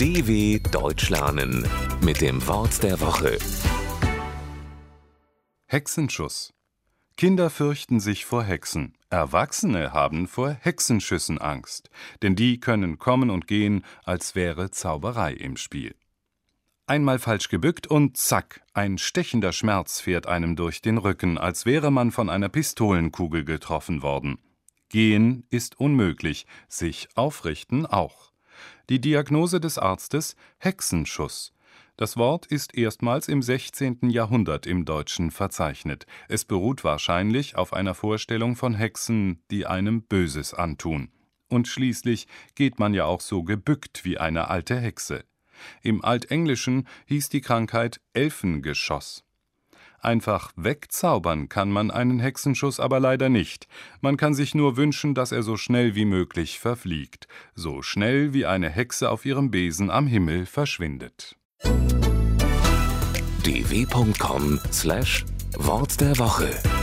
DW Deutsch lernen mit dem Wort der Woche. Hexenschuss. Kinder fürchten sich vor Hexen. Erwachsene haben vor Hexenschüssen Angst, denn die können kommen und gehen, als wäre Zauberei im Spiel. Einmal falsch gebückt und zack, ein stechender Schmerz fährt einem durch den Rücken, als wäre man von einer Pistolenkugel getroffen worden. Gehen ist unmöglich, sich aufrichten auch. Die Diagnose des Arztes: Hexenschuss. Das Wort ist erstmals im 16. Jahrhundert im Deutschen verzeichnet. Es beruht wahrscheinlich auf einer Vorstellung von Hexen, die einem Böses antun. Und schließlich geht man ja auch so gebückt wie eine alte Hexe. Im Altenglischen hieß die Krankheit Elfengeschoss. Einfach wegzaubern kann man einen Hexenschuss aber leider nicht. Man kann sich nur wünschen, dass er so schnell wie möglich verfliegt. So schnell wie eine Hexe auf ihrem Besen am Himmel verschwindet. dw.com/Wort der Woche